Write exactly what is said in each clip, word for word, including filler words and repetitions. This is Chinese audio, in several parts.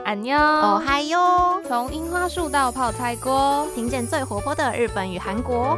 安妞哦嗨哟， 从樱花树到泡菜锅， 听见最活泼的日本与韩国。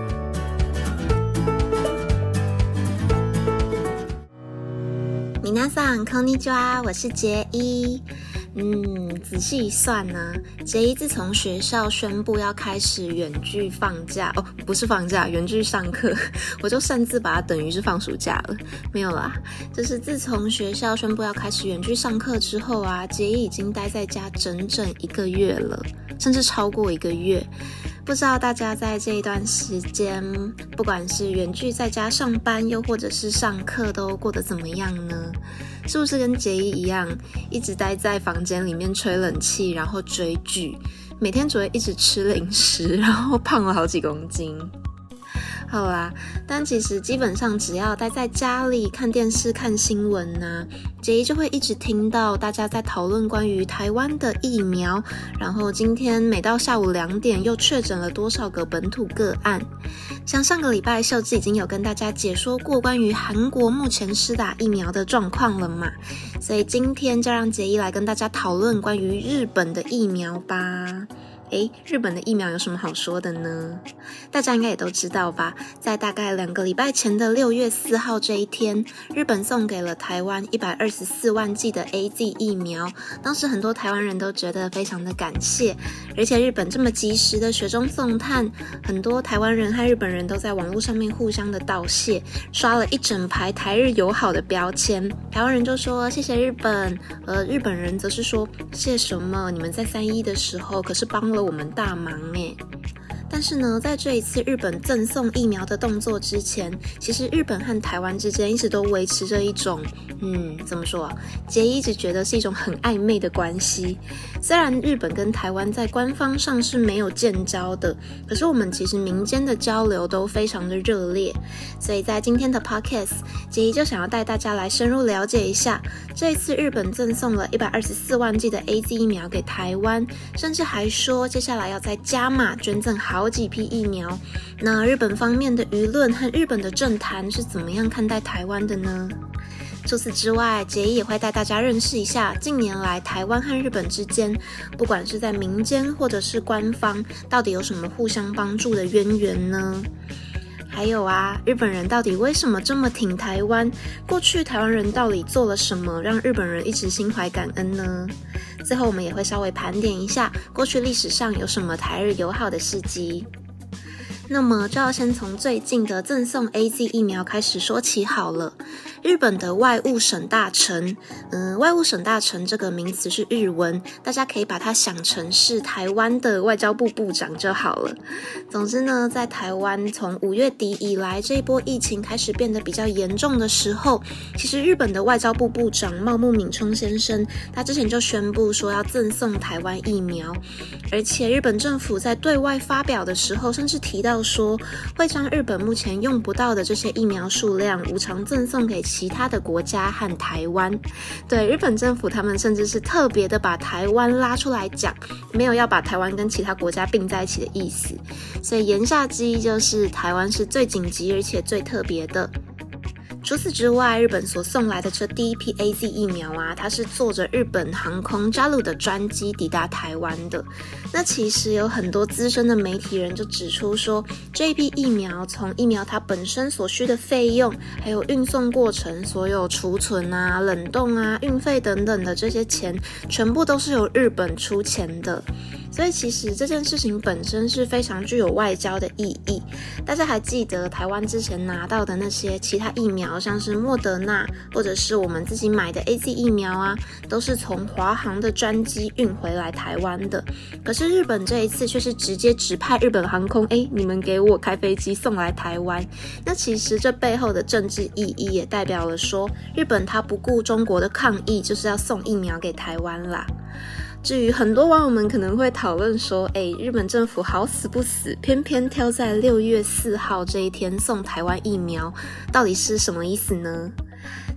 皆さんこんにちは，我是杰一。嗯，仔细一算呢，杰一自从学校宣布要开始远距放假，哦，不是放假，远距上课，我就擅自把它等于是放暑假了。没有啦，就是自从学校宣布要开始远距上课之后啊，杰一已经待在家整整一个月了，甚至超过一个月。不知道大家在这一段时间，不管是远距在家上班，又或者是上课，都过得怎么样呢？是不是跟杰一一样，一直待在房间里面吹冷气，然后追剧，每天只会一直吃零食，然后胖了好几公斤？好啦，但其实基本上只要待在家里看电视看新闻啊，杰一就会一直听到大家在讨论关于台湾的疫苗，然后今天每到下午两点又确诊了多少个本土个案。像上个礼拜秀智已经有跟大家解说过关于韩国目前施打疫苗的状况了嘛，所以今天就让杰一来跟大家讨论关于日本的疫苗吧。诶，日本的疫苗有什么好说的呢？大家应该也都知道吧，在大概两个礼拜前的六月四号这一天，日本送给了台湾一百二十四万剂的 A Z 疫苗，当时很多台湾人都觉得非常的感谢，而且日本这么及时的雪中送炭，很多台湾人和日本人都在网络上面互相的道谢，刷了一整排台日友好的标签，台湾人就说谢谢日本，而日本人则是说谢什么，你们在三一的时候可是帮了我们大忙耶。但是呢，在这一次日本赠送疫苗的动作之前，其实日本和台湾之间一直都维持着一种嗯，怎么说啊？杰一一直觉得是一种很暧昧的关系。虽然日本跟台湾在官方上是没有建交的，可是我们其实民间的交流都非常的热烈。所以在今天的 podcast， 杰一就想要带大家来深入了解一下，这一次日本赠送了一百二十四万剂的 A Z 疫苗给台湾，甚至还说接下来要再加码捐赠好几批疫苗。那日本方面的舆论和日本的政坛是怎么样看待台湾的呢？除此之外，杰一也会带大家认识一下近年来台湾和日本之间，不管是在民间或者是官方，到底有什么互相帮助的渊源呢？还有啊，日本人到底为什么这么挺台湾？过去台湾人到底做了什么让日本人一直心怀感恩呢？最后我们也会稍微盘点一下过去历史上有什么台日友好的事迹。那么就要先从最近的赠送 A Z 疫苗开始说起好了。日本的外务省大臣，嗯，外务省大臣这个名词是日文，大家可以把它想成是台湾的外交部部长就好了。总之呢，在台湾从五月底以来，这一波疫情开始变得比较严重的时候，其实日本的外交部部长茂木敏充先生，他之前就宣布说要赠送台湾疫苗，而且日本政府在对外发表的时候，甚至提到说会将日本目前用不到的这些疫苗数量无偿赠送给其他的国家和台湾。对，日本政府他们甚至是特别的把台湾拉出来讲，没有要把台湾跟其他国家并在一起的意思。所以言下之意就是台湾是最紧急而且最特别的。除此之外，日本所送来的这第一批 A Z 疫苗啊，它是坐着日本航空 J A L 的专机抵达台湾的。那其实有很多资深的媒体人就指出说，这一批疫苗从疫苗它本身所需的费用，还有运送过程，所有储存啊、冷冻啊、运费等等的这些钱，全部都是由日本出钱的。所以其实这件事情本身是非常具有外交的意义。大家还记得台湾之前拿到的那些其他疫苗，像是莫德纳或者是我们自己买的 A Z 疫苗啊，都是从华航的专机运回来台湾的。可是日本这一次却是直接指派日本航空，诶，你们给我开飞机送来台湾。那其实这背后的政治意义也代表了说，日本它不顾中国的抗议，就是要送疫苗给台湾啦。至于很多网友们可能会讨论说，诶，日本政府好死不死，偏偏挑在六月四号这一天送台湾疫苗，到底是什么意思呢？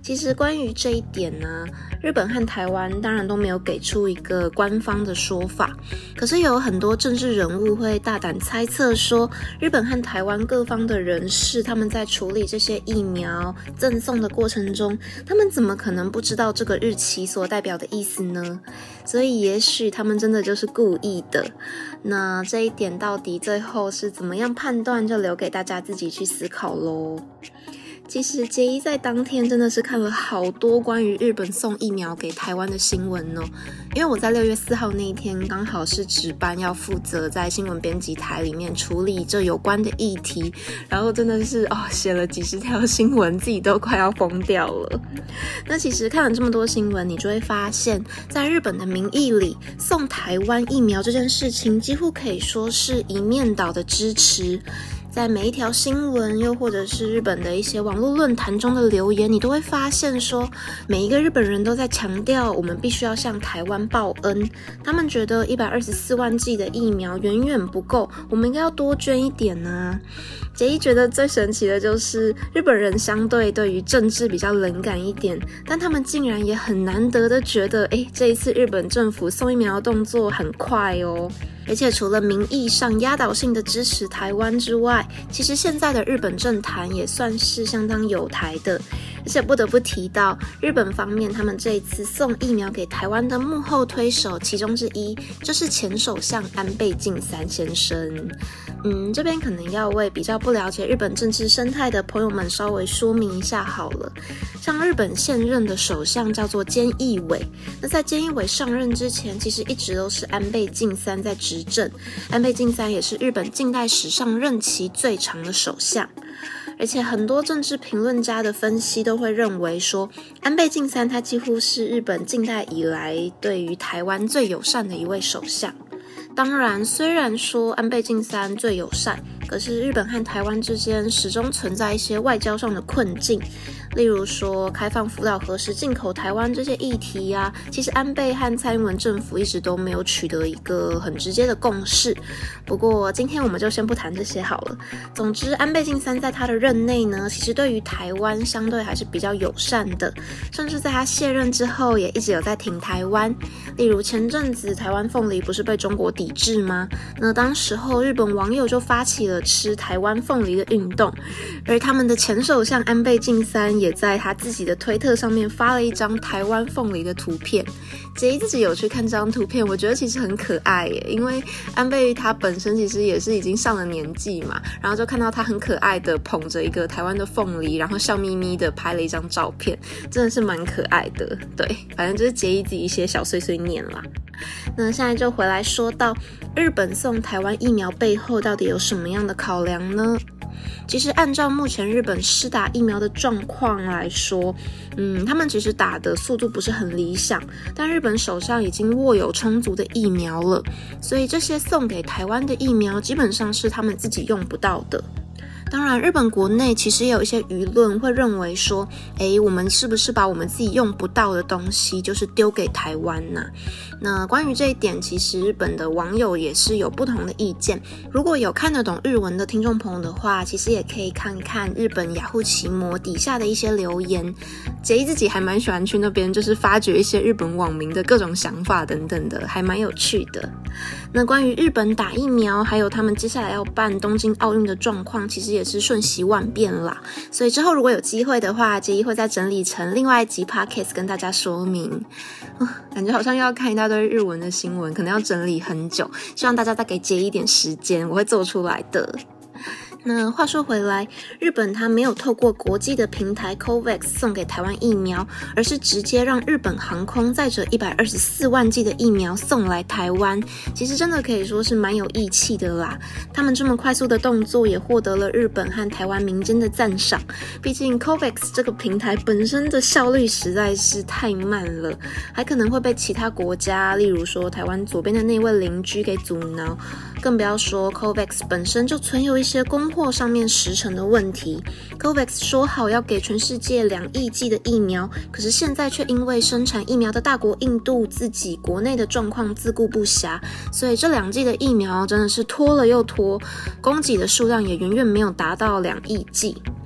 其实关于这一点呢，日本和台湾当然都没有给出一个官方的说法，可是有很多政治人物会大胆猜测说，日本和台湾各方的人士，他们在处理这些疫苗赠送的过程中，他们怎么可能不知道这个日期所代表的意思呢？所以也许他们真的就是故意的。那这一点到底最后是怎么样判断，就留给大家自己去思考咯。其实杰一在当天真的是看了好多关于日本送疫苗给台湾的新闻哦，因为我在六月四号那一天刚好是值班，要负责在新闻编辑台里面处理这有关的议题，然后真的是哦写了几十条新闻，自己都快要疯掉了。那其实看了这么多新闻，你就会发现，在日本的民意里，送台湾疫苗这件事情几乎可以说是一面倒的支持。在每一条新闻又或者是日本的一些网络论坛中的留言，你都会发现说，每一个日本人都在强调我们必须要向台湾报恩，他们觉得一百二十四万剂的疫苗远远不够，我们应该要多捐一点啊。杰一觉得最神奇的就是日本人相对对于政治比较冷感一点，但他们竟然也很难得的觉得，诶，这一次日本政府送疫苗的动作很快哦。而且除了民意上压倒性的支持台湾之外，其实现在的日本政坛也算是相当友台的。而且不得不提到日本方面，他们这一次送疫苗给台湾的幕后推手其中之一就是前首相安倍晋三先生。嗯，这边可能要为比较不了解日本政治生态的朋友们稍微说明一下好了。像日本现任的首相叫做菅义伟，那在菅义伟上任之前，其实一直都是安倍晋三在执政。安倍晋三也是日本近代史上任期最长的首相。而且很多政治评论家的分析都会认为说，安倍晋三他几乎是日本近代以来对于台湾最友善的一位首相。当然，虽然说安倍晋三最友善，可是日本和台湾之间始终存在一些外交上的困境，例如说开放福岛核食进口台湾这些议题啊，其实安倍和蔡英文政府一直都没有取得一个很直接的共识。不过今天我们就先不谈这些好了。总之，安倍晋三在他的任内呢，其实对于台湾相对还是比较友善的，甚至在他卸任之后也一直有在挺台湾。例如前阵子台湾凤梨不是被中国抵制吗？那当时候日本网友就发起了吃台湾凤梨的运动，而他们的前首相安倍晋三也在他自己的推特上面发了一张台湾凤梨的图片。杰一自己有去看这张图片，我觉得其实很可爱耶，因为安倍他本身其实也是已经上了年纪嘛，然后就看到他很可爱的捧着一个台湾的凤梨，然后笑眯眯的拍了一张照片，真的是蛮可爱的。对，反正就是杰一自己一些小碎碎念啦。那现在就回来说到日本送台湾疫苗背后到底有什么样的考量呢？其实按照目前日本施打疫苗的状况来说，嗯，他们其实打的速度不是很理想，但日本手上已经握有充足的疫苗了，所以这些送给台湾的疫苗基本上是他们自己用不到的。当然，日本国内其实也有一些舆论会认为说，诶，我们是不是把我们自己用不到的东西就是丢给台湾呢？那关于这一点，其实日本的网友也是有不同的意见。如果有看得懂日文的听众朋友的话，其实也可以看看日本雅虎奇摩底下的一些留言。杰一自己还蛮喜欢去那边，就是发掘一些日本网民的各种想法等等的，还蛮有趣的。那关于日本打疫苗，还有他们接下来要办东京奥运的状况，其实也是瞬息万变啦。所以之后如果有机会的话，杰一会再整理成另外一集 podcast 跟大家说明。嗯，感觉好像要看一大堆日文的新闻，可能要整理很久，希望大家再给杰一点时间，我会做出来的。那话说回来，日本它没有透过国际的平台 COVAX 送给台湾疫苗，而是直接让日本航空载着一百二十四万剂的疫苗送来台湾，其实真的可以说是蛮有义气的啦。他们这么快速的动作也获得了日本和台湾民间的赞赏，毕竟 COVAX 这个平台本身的效率实在是太慢了，还可能会被其他国家，例如说台湾左边的那位邻居给阻挠，更不要说 COVAX 本身就存有一些供货上面时程的问题。 COVAX 说好要给全世界两亿剂的疫苗，可是现在却因为生产疫苗的大国印度自己国内的状况自顾不暇，所以这两剂的疫苗真的是拖了又拖，供给的数量也远远没有达到两亿剂。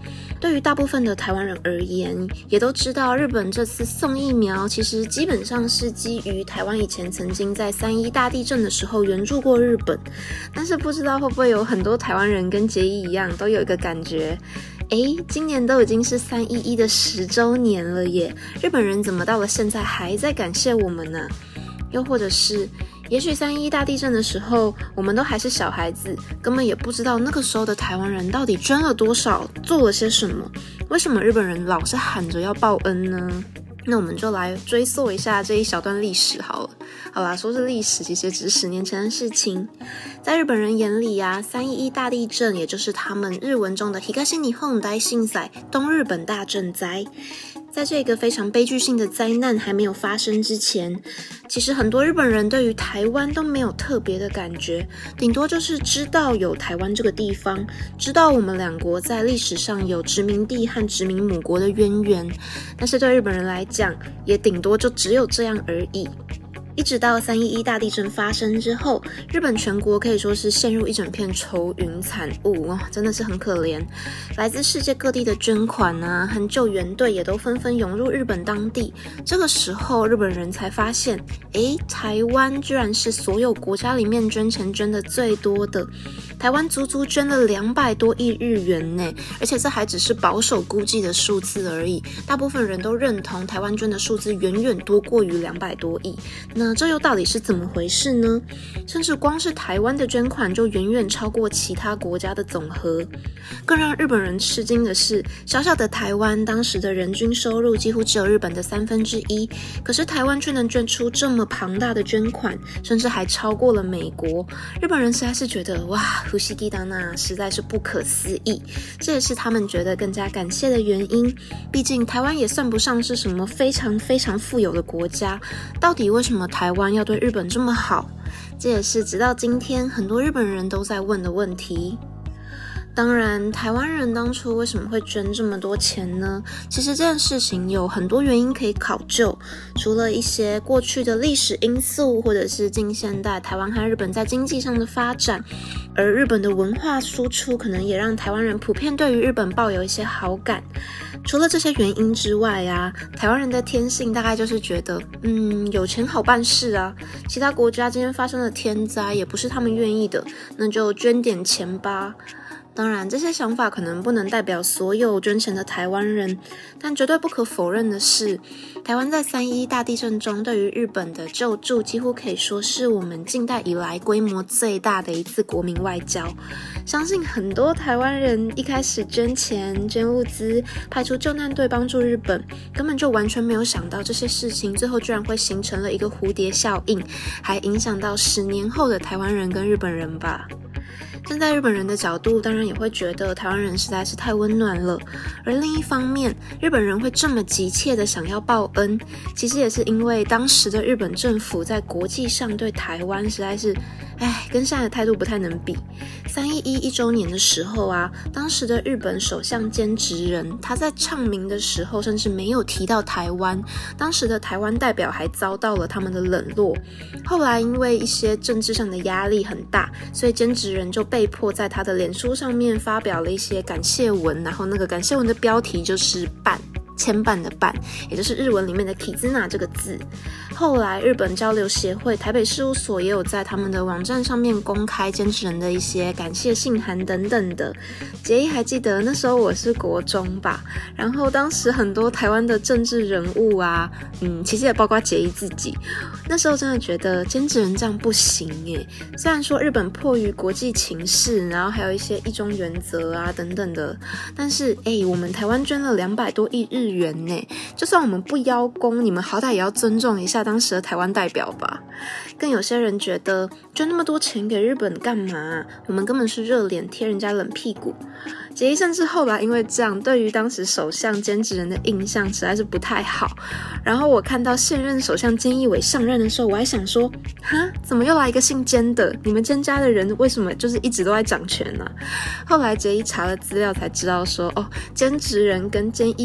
对于大部分的台湾人而言，也都知道日本这次送疫苗其实基本上是基于台湾以前曾经在三一大地震的时候援助过日本，但是不知道会不会有很多台湾人跟杰伊一样都有一个感觉，诶，今年都已经是三一一的十周年了耶，日本人怎么到了现在还在感谢我们呢？又或者是也许三一一大地震的时候我们都还是小孩子，根本也不知道那个时候的台湾人到底捐了多少，做了些什么，为什么日本人老是喊着要报恩呢？那我们就来追溯一下这一小段历史好了。好啦，说是历史，其实只是十年前的事情。在日本人眼里啊，三一一大地震也就是他们日文中的東日本大震災，东日本大震灾。在这个非常悲剧性的灾难还没有发生之前，其实很多日本人对于台湾都没有特别的感觉，顶多就是知道有台湾这个地方，知道我们两国在历史上有殖民地和殖民母国的渊源，但是对日本人来讲，也顶多就只有这样而已。一直到三一一大地震发生之后，日本全国可以说是陷入一整片愁云惨雾、哦、真的是很可怜。来自世界各地的捐款啊和救援队也都纷纷涌入日本当地。这个时候日本人才发现，诶，台湾居然是所有国家里面捐钱捐的最多的，台湾足足捐了两百多亿日元呢，而且这还只是保守估计的数字而已，大部分人都认同台湾捐的数字远远多过于两百多亿。那这又到底是怎么回事呢？甚至光是台湾的捐款就远远超过其他国家的总和。更让日本人吃惊的是，小小的台湾当时的人均收入几乎只有日本的三分之一，可是台湾却能捐出这么庞大的捐款，甚至还超过了美国。日本人实在是觉得哇，不思議だな，实在是不可思议。这也是他们觉得更加感谢的原因。毕竟台湾也算不上是什么非常非常富有的国家，到底为什么台湾要对日本这么好？这也是直到今天很多日本人都在问的问题。当然，台湾人当初为什么会捐这么多钱呢？其实这件事情有很多原因可以考究，除了一些过去的历史因素，或者是近现代台湾和日本在经济上的发展，而日本的文化输出可能也让台湾人普遍对于日本抱有一些好感。除了这些原因之外啊，台湾人的天性大概就是觉得，嗯，有钱好办事啊，其他国家今天发生的天灾也不是他们愿意的，那就捐点钱吧。当然，这些想法可能不能代表所有捐钱的台湾人，但绝对不可否认的是，台湾在三一一大地震中对于日本的救助几乎可以说是我们近代以来规模最大的一次国民外交。相信很多台湾人一开始捐钱、捐物资、派出救难队帮助日本，根本就完全没有想到这些事情最后居然会形成了一个蝴蝶效应，还影响到十年后的台湾人跟日本人吧。站在日本人的角度，当然也会觉得台湾人实在是太温暖了。而另一方面，日本人会这么急切的想要报恩，其实也是因为当时的日本政府在国际上对台湾实在是，哎，跟现在的态度不太能比。三一一一周年的时候啊，当时的日本首相菅直人，他在唱名的时候甚至没有提到台湾，当时的台湾代表还遭到了他们的冷落。后来因为一些政治上的压力很大，所以菅直人就被迫在他的脸书上面发表了一些感谢文，然后那个感谢文的标题就是办牵绊的绊，也就是日文里面的 Kizuna 这个字。后来日本交流协会台北事务所也有在他们的网站上面公开菅直人的一些感谢信函等等的。杰一还记得那时候我是国中吧，然后当时很多台湾的政治人物啊，嗯，其实也包括杰一自己，那时候真的觉得菅直人这样不行耶。虽然说日本迫于国际情势，然后还有一些一中原则啊等等的，但是哎，我们台湾捐了两百多亿日元呢，就算我们不邀功，你们好歹也要尊重一下当时的台湾代表吧。更有些人觉得捐那么多钱给日本干嘛？我们根本是热脸贴人家冷屁股。杰一甚至后来因为这样，对于当时首相菅直人的印象实在是不太好。然后我看到现任首相菅义伟上任的时候，我还想说，哈，怎么又来一个姓菅的？你们菅家的人为什么就是一直都在掌权呢、啊？后来杰一查了资料才知道说，哦，菅直人跟菅义伟他们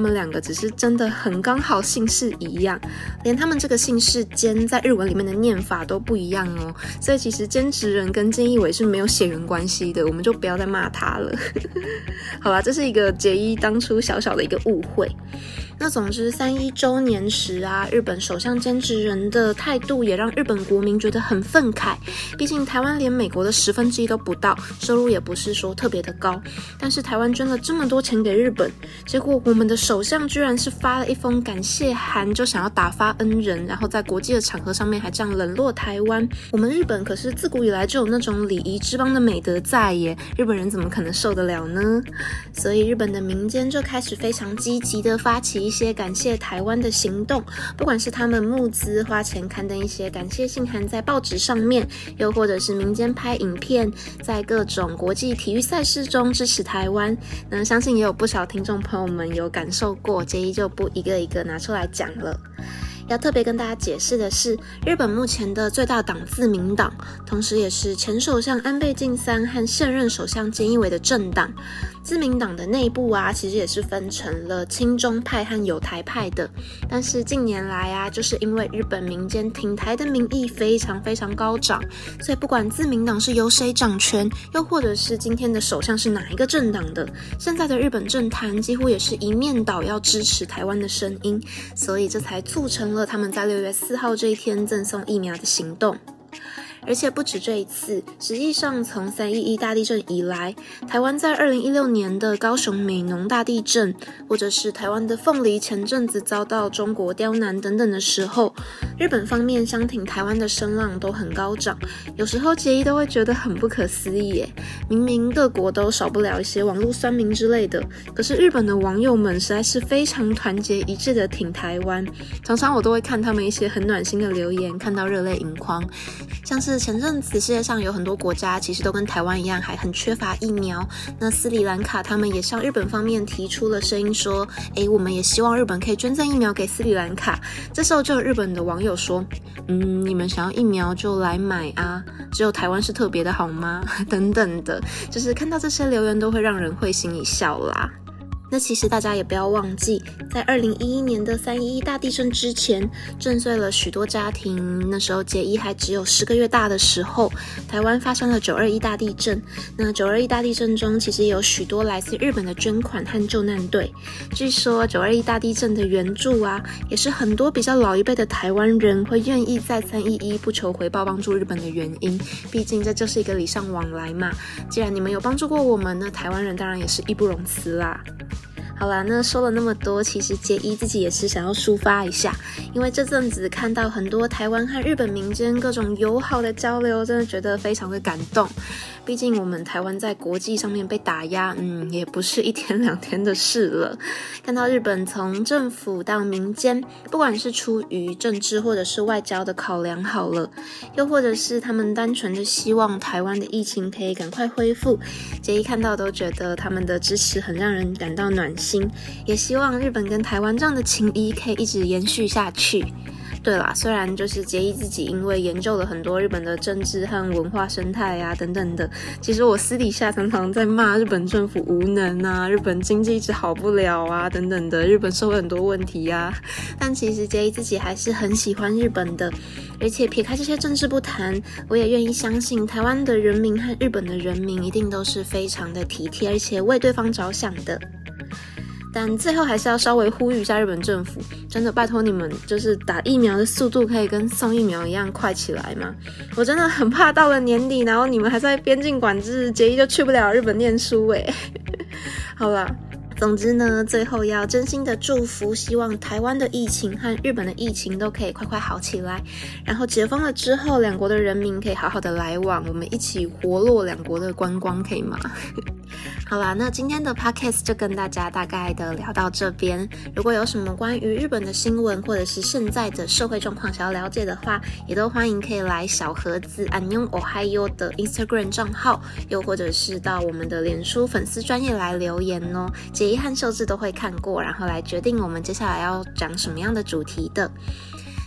们两个只是真的很刚好姓氏一样，连他们这个姓氏坚在日文里面的念法都不一样哦，所以其实菅直人跟菅义伟是没有血缘关系的，我们就不要再骂他了。好啦，这是一个结衣当初小小的一个误会。那总之三一周年时啊，日本首相菅直人的态度也让日本国民觉得很愤慨，毕竟台湾连美国的十分之一都不到，收入也不是说特别的高，但是台湾捐了这么多钱给日本，结果我们的首相居然是发了一封感谢函，就想要打发恩人，然后在国际的场合上面还这样冷落台湾。我们日本可是自古以来就有那种礼仪之邦的美德在耶，日本人怎么可能受得了呢？所以日本的民间就开始非常积极的发起一些感谢台湾的行动，不管是他们募资花钱刊登一些感谢信函在报纸上面，又或者是民间拍影片，在各种国际体育赛事中支持台湾。那相信也有不少听众朋友们有感受过，结衣就不一个一个拿出来讲了。要特别跟大家解释的是，日本目前的最大党自民党，同时也是前首相安倍晋三和现任首相菅义伟的政党。自民党的内部啊，其实也是分成了亲中派和友台派的。但是近年来啊，就是因为日本民间挺台的民意非常非常高涨，所以不管自民党是由谁掌权，又或者是今天的首相是哪一个政党的，现在的日本政坛几乎也是一面倒要支持台湾的声音，所以这才促成了他们在六月四号这一天赠送疫苗的行动。而且不止这一次，实际上从三一一大地震以来，台湾在二零一六年的高雄美浓大地震，或者是台湾的凤梨前阵子遭到中国刁难等等的时候，日本方面相挺台湾的声浪都很高涨，有时候结衣都会觉得很不可思议耶，明明各国都少不了一些网络酸民之类的，可是日本的网友们实在是非常团结一致的挺台湾，常常我都会看他们一些很暖心的留言，看到热泪盈眶。像是前阵子世界上有很多国家其实都跟台湾一样还很缺乏疫苗，那斯里兰卡他们也向日本方面提出了声音说，诶，我们也希望日本可以捐赠疫苗给斯里兰卡。这时候就有日本的网友说，嗯，你们想要疫苗就来买啊，只有台湾是特别的好吗？等等的，就是看到这些留言都会让人会心一笑啦。那其实大家也不要忘记，在二零一一年的三一一大地震之前，震碎了许多家庭。那时候结衣还只有十个月大的时候，台湾发生了九二一大地震。那九二一大地震中，其实也有许多来自日本的捐款和救难队。据说九二一大地震的援助啊，也是很多比较老一辈的台湾人会愿意在三一一不求回报帮助日本的原因。毕竟这就是一个礼尚往来嘛。既然你们有帮助过我们，那台湾人当然也是义不容辞啦。好啦，那说了那么多，其实结衣自己也是想要抒发一下，因为这阵子看到很多台湾和日本民间各种友好的交流，真的觉得非常的感动。毕竟我们台湾在国际上面被打压，嗯，也不是一天两天的事了。看到日本从政府到民间，不管是出于政治或者是外交的考量好了，又或者是他们单纯的希望台湾的疫情可以赶快恢复，结衣看到都觉得他们的支持很让人感到暖心，也希望日本跟台湾这样的情谊可以一直延续下去。对啦，虽然就是结衣自己因为研究了很多日本的政治和文化生态啊等等的，其实我私底下常常在骂日本政府无能啊，日本经济一直好不了啊等等的，日本社会很多问题啊，但其实结衣自己还是很喜欢日本的，而且撇开这些政治不谈，我也愿意相信台湾的人民和日本的人民一定都是非常的体贴，而且为对方着想的。但最后还是要稍微呼吁一下日本政府，真的拜托你们，就是打疫苗的速度可以跟送疫苗一样快起来吗？我真的很怕到了年底，然后你们还在边境管制，结衣就去不了日本念书耶。好啦，总之呢，最后要真心的祝福，希望台湾的疫情和日本的疫情都可以快快好起来，然后解封了之后，两国的人民可以好好的来往，我们一起活络两国的观光，可以吗？好啦，那今天的 podcast 就跟大家大概的聊到这边。如果有什么关于日本的新闻，或者是现在的社会状况想要了解的话，也都欢迎可以来小盒子안녕 오하요的 Instagram 账号，又或者是到我们的脸书粉丝专页来留言哦。结衣和秀智都会看过，然后来决定我们接下来要讲什么样的主题的。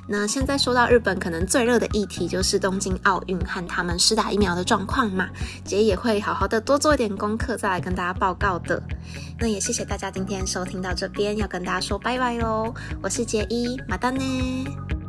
那现在说到日本可能最热的议题就是东京奥运和他们施打疫苗的状况嘛，杰也会好好的多做一点功课再来跟大家报告的。那也谢谢大家今天收听到这边，要跟大家说拜拜咯，我是杰一，马达呢。